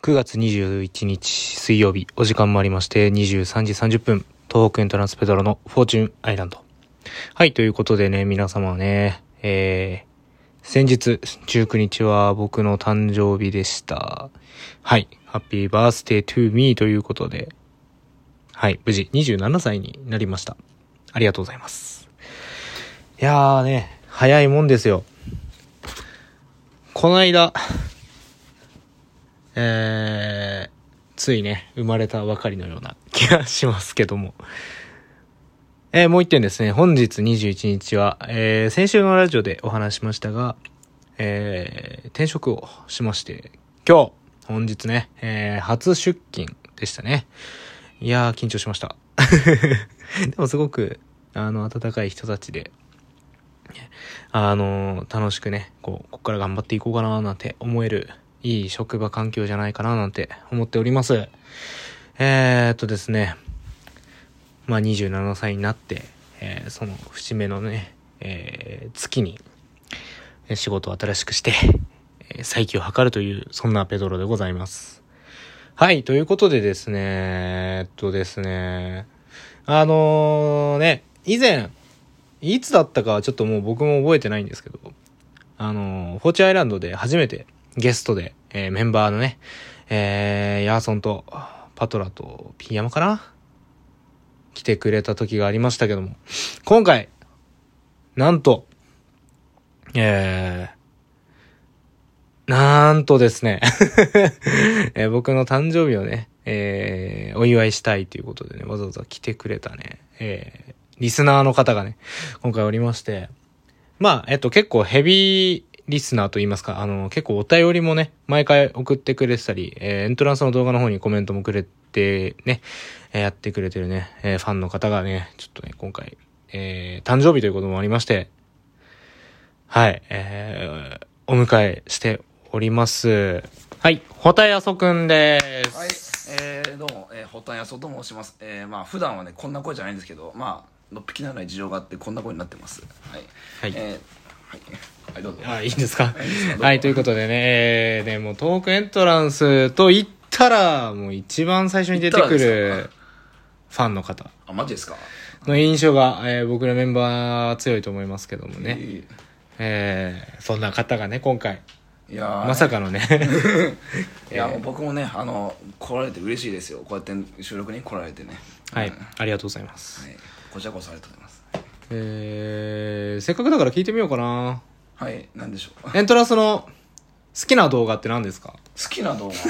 9月21日水曜日、お時間もありまして23時30分、東北エントランスペドロのフォーチュンアイランド。はい、ということでね、皆様ね、先日19日は僕の誕生日でした。はい、ハッピーバースデートゥーミーということで、はい、無事27歳になりました。ありがとうございます。いやーね、早いもんですよ。この間、ついね、生まれたばかりのような気がしますけども。もう一点ですね、本日21日は、先週のラジオでお話しましたが、転職をしまして、本日ね、初出勤でしたね。いやー、緊張しました。でもすごく、温かい人たちで、楽しくね、こっから頑張っていこうかななんて思える、いい職場環境じゃないかななんて思っております。ですね、27歳になって、その節目のね、月に仕事を新しくして、再起を図るという、そんなペドロでございます。はい、ということでですね、以前、いつだったかはちょっともう僕も覚えてないんですけど、フォーチュンアイランドで初めてゲストで、メンバーのね、ヤーソンとパトラとピーヤマかな来てくれた時がありましたけども、今回、なんとですね、僕の誕生日をね、お祝いしたいということでね、わざわざ来てくれたね、リスナーの方がね、今回おりまして、結構ヘビーリスナーと言いますか、結構お便りもね、毎回送ってくれてたり、エントランスの動画の方にコメントもくれてね、やってくれてるね、ファンの方がね、ちょっとね、今回、誕生日ということもありまして、はい、お迎えしております。はい、ホタヤソくんです。 はい、どうも、ホタヤソと申します。普段はね、こんな声じゃないんですけど、のっぴきならない事情があって、こんな声になってます。はい。 はい。 はい、どうぞ。 いいんですか。はい、ということでね、もうトークエントランスと言ったら、もう一番最初に出てくるファンの方。 あ、マジですか。 の印象が、僕のメンバー強いと思いますけどもね。そんな方がね、今回。 いやまさかのね。 いや、もう僕もね、来られて嬉しいですよ。こうやって収録に来られてね。 はい、ありがとうございます。 はい、こちらこそありがとうございます。 せっかくだから聞いてみようかな。 はい、なんでしょう。 エントランスの好きな動画って何ですか？ 好きな動画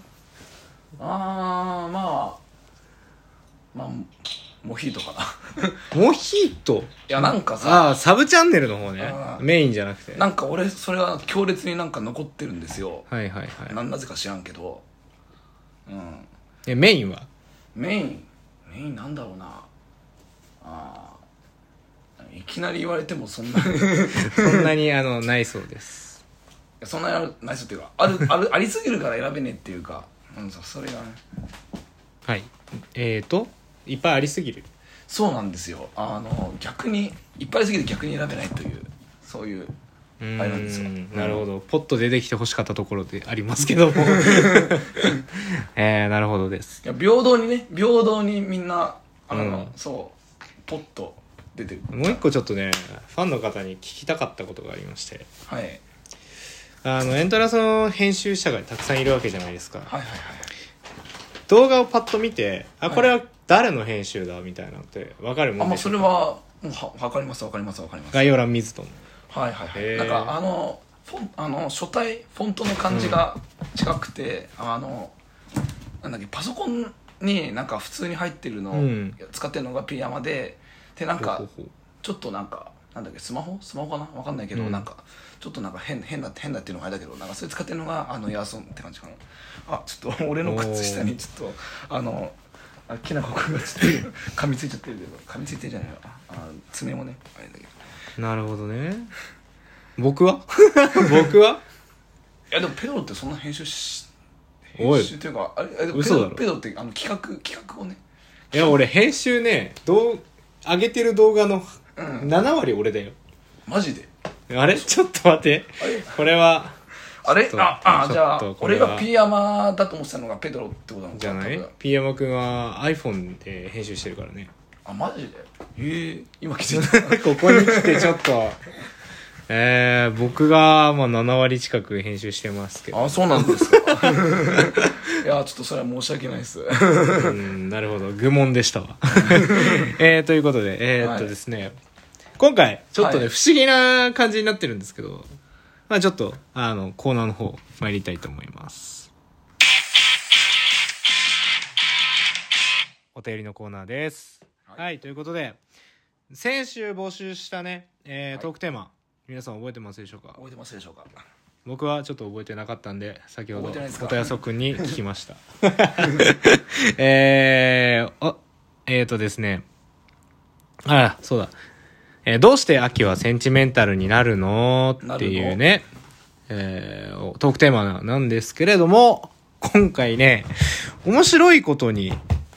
モヒートかな。 モヒート？ いや、なんかさ、 サブチャンネルの方ね。メインじゃなくて。 なんか俺、それは強烈になんか残ってるんですよ。 はいはいはい。 なぜか知らんけど。 メインは？ メインなんだろうな。いきなり言われてもそんなそんなにないそうです。 そんなにないそうっていうか、ありすぎるから選べねえっていうか、それがね。 はい。いっぱいありすぎる。 そうなんですよ。逆にいっぱいありすぎて逆に選べないという、そういうあれなんですよ。 なるほど。ポッと出てきて欲しかったところでありますけども。なるほどです。 いや、平等にみんなそうポッと出てる。 もう一個ちょっとね、ファンの方に聞きたかったことがありまして。 はい。 エントランスの編集者がたくさんいるわけじゃないですか。 はいはいはい。 動画をパッと見て、これは誰の編集だみたいなのって分かるもんでしょうか？ それはもう分かります。 概要欄見ずとも。 はいはいはい。なんか書体フォントの感じが近くて、なんだっけ、パソコンになんか普通に入ってるのを使ってるのがピーヤマで、なんかちょっとなんかなんだっけ、スマホかな、分かんないけど、なんかちょっとなんか変なっていうのがあれだけど、なんかそれ使ってるのがヤーソンって感じかな。ちょっと俺の靴下にちょっときなこくんがちょっと噛みついちゃってるけど、噛みついてるじゃないよ、爪もねあれだけど。 なるほどね。僕はいや、でもペドロってそんな編集というか、 嘘だろ。 ペドロって企画をね。 いや、俺編集ね、上げてる動画の7割俺だよ。 マジで？ あれちょっと待って、これはあれちょっとじゃあこれは俺がピーヤマだと思ってたのがペドロってことなのかじゃない？ 多分ピーヤマくんは iPhone で編集してるからね。 マジで今気づいたここに来てちょっと僕がまあ7割近く編集してますけど。 そうなんですかいやちょっとそれは申し訳ないですなるほど、愚問でしたわということでですね、今回ちょっとね、不思議な感じになってるんですけど、まあちょっとコーナーの方参りたいと思います。お便りのコーナーです。はい、ということで先週募集したね、トークテーマ、皆さん覚えてますでしょうか？ 覚えてますでしょうか？ 僕はちょっと覚えてなかったんで、先ほど元安くんに聞きましたですね、そうだ、どうして秋はセンチメンタルになるのっていうね、トークテーマなんですけれども、今回ね、面白いことに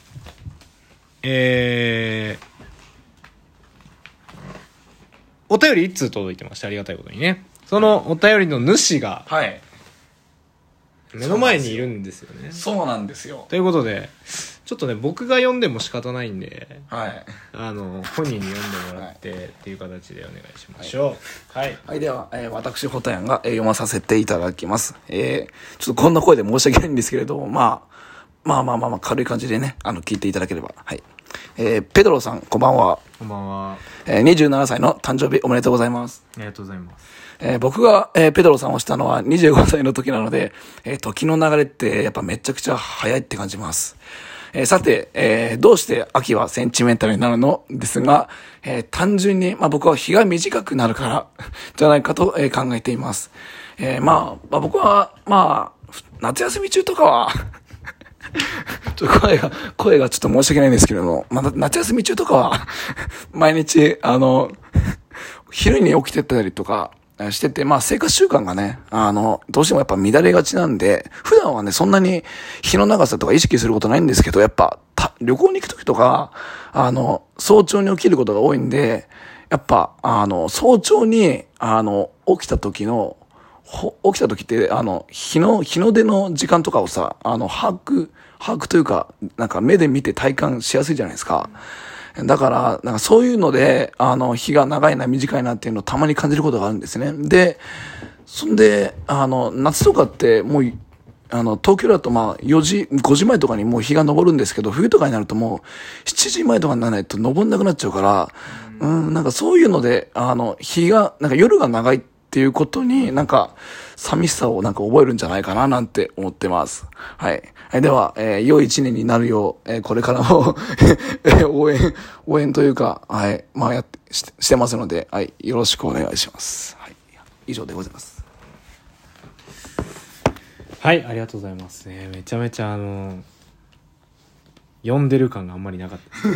お便り1通届いてました。ありがたいことにね。そのお便りの主が目の前にいるんですよね。 そうなんですよ。 ということで、ちょっとね、僕が読んでも仕方ないんで、 はい、 本人に読んでもらってっていう形でお願いしましょう。はい。 はい、では、私ホタヤンが、読まさせていただきます。ちょっとこんな声で申し訳ないんですけれども、まあ軽い感じでね、聞いていただければ。はい。ペドロさん、こんばんは。 こんばんは。 27歳の誕生日おめでとうございます。 ありがとうございます。 僕が、ペドロさんをしたのは25歳の時なので、時の流れってやっぱめちゃくちゃ早いって感じます。さて、どうして秋はセンチメンタルになるのですが、単純に、僕は日が短くなるからじゃないかと、考えています。僕は、夏休み中とかはちょっと声がちょっと申し訳ないんですけれども、夏休み中とかは毎日、昼に起きてたりとかしてて、生活習慣がね、どうしてもやっぱ乱れがちなんで、普段はね、そんなに日の長さとか意識することないんですけど、やっぱ、旅行に行くときとか、早朝に起きることが多いんで、やっぱ、早朝に、起きた時って、日の出の時間とかをさ、把握というか、なんか目で見て体感しやすいじゃないですか。だから、なんかそういうので、日が長いな、短いなっていうのをたまに感じることがあるんですね。で、そんで、夏とかってもう、東京だと4時、5時前とかにもう日が昇るんですけど、冬とかになるともう7時前とかにならないと昇んなくなっちゃうから、なんかそういうので、日が、なんか夜が長いっていうことになんか寂しさをなんか覚えるんじゃないかななんて思ってます。はい。では、良い一年になるよう、これからも応援というか、はい、してますので、はい、よろしくお願いします。はい。以上でございます。 はい、ありがとうございますね。めちゃめちゃ読んでる感があんまりなかった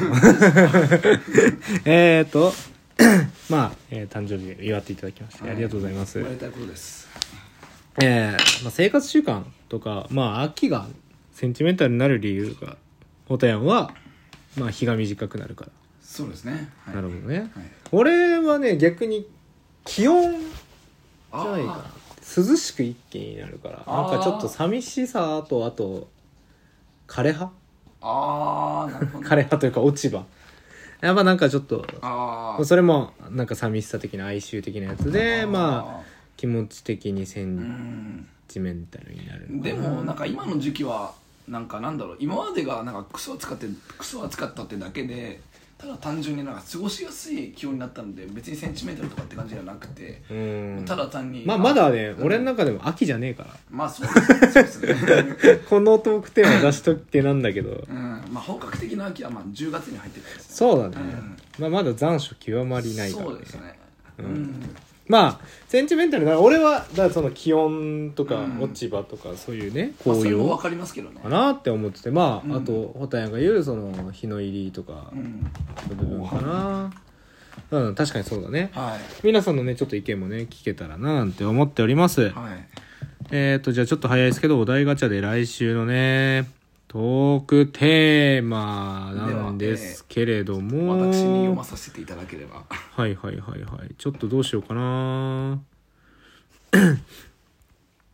誕生日祝っていただきまして、ありがとうございます。 やりたいことです。 生活習慣とか、秋がセンチメンタルになる理由が、ホタヤンは、日が短くなるから。 そうですね。はい、 なるほどね。 はい、 俺はね、逆に気温じゃないかな。涼しく一気になるから、なんかちょっと寂しさと、あと枯れ葉、 なるほど、 枯れ葉というか落ち葉、やっぱなんかちょっとそれもなんか寂しさ的な哀愁的なやつで、気持ち的にセンチメンタルになるのかな。 でもなんか今の時期はなんかなんだろう、今までがなんかクソ暑かったってだけで、ただ単純になんか過ごしやすい気温になったので、別にセンチメンタルとかって感じじゃなくて、ただ単にまだね、俺の中でも秋じゃねえからそうですねこのトークテーマ出しとってなんだけど、 本格的な秋は10月に入ってたんですね。 そうだね、まだ残暑極まりないからね。 そうですね。 センチメンタルな、俺はだからその気温とか落ち葉とかそういうね、紅葉、 それも分かりますけどね、 かなって思ってて、あとホタヤンが言うその日の入りとかの部分かな。確かにそうだね。皆さんのねちょっと意見もね聞けたらななんて思っております。じゃあちょっと早いですけど、お題ガチャで来週のねトークテーマなんですけれども、 私に読まさせていただければ。 はい、ちょっとどうしようかな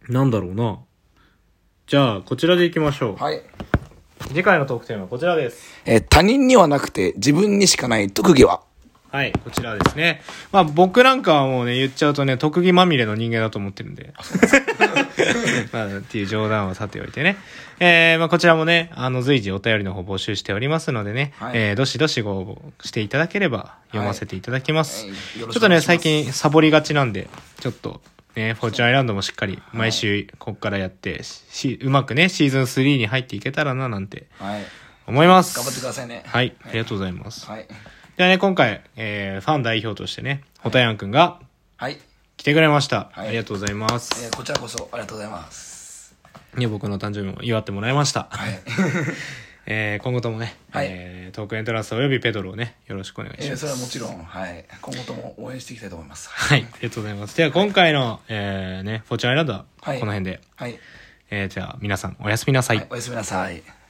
なんだろうな。じゃあ、こちらで行きましょう。 はい。 次回のトークテーマはこちらです。 他人にはなくて自分にしかない特技は？ はい、こちらですね。まあ僕なんかはもうね、言っちゃうとね、特技まみれの人間だと思ってるんで。まあ、っていう冗談をさておいてね。まあこちらもね、随時お便りの方募集しておりますのでね、 はい、 どしどしご応募していただければ読ませていただきます。 はい、 ちょっとね、最近サボりがちなんで、ちょっと、ね、フォーチュンアイランドもしっかり毎週こっからやって、うまくね、シーズン3に入っていけたらななんて思います。 頑張ってくださいね。 はい、ありがとうございます。 はい。 ではね、今回、ファン代表としてね、ホタヤンくんが、来てくれました、はい。ありがとうございます。 こちらこそありがとうございます。 ね、僕の誕生日も祝ってもらいました。 はい。 今後ともね、トークエントランスおよびペドロをね、よろしくお願いします。 それはもちろん、はい。今後とも応援していきたいと思います。 はい、ありがとうございます。では今回の、ね、フォーチュンアイランドはこの辺で。はい。じゃあ皆さんおやすみなさい。 おやすみなさい。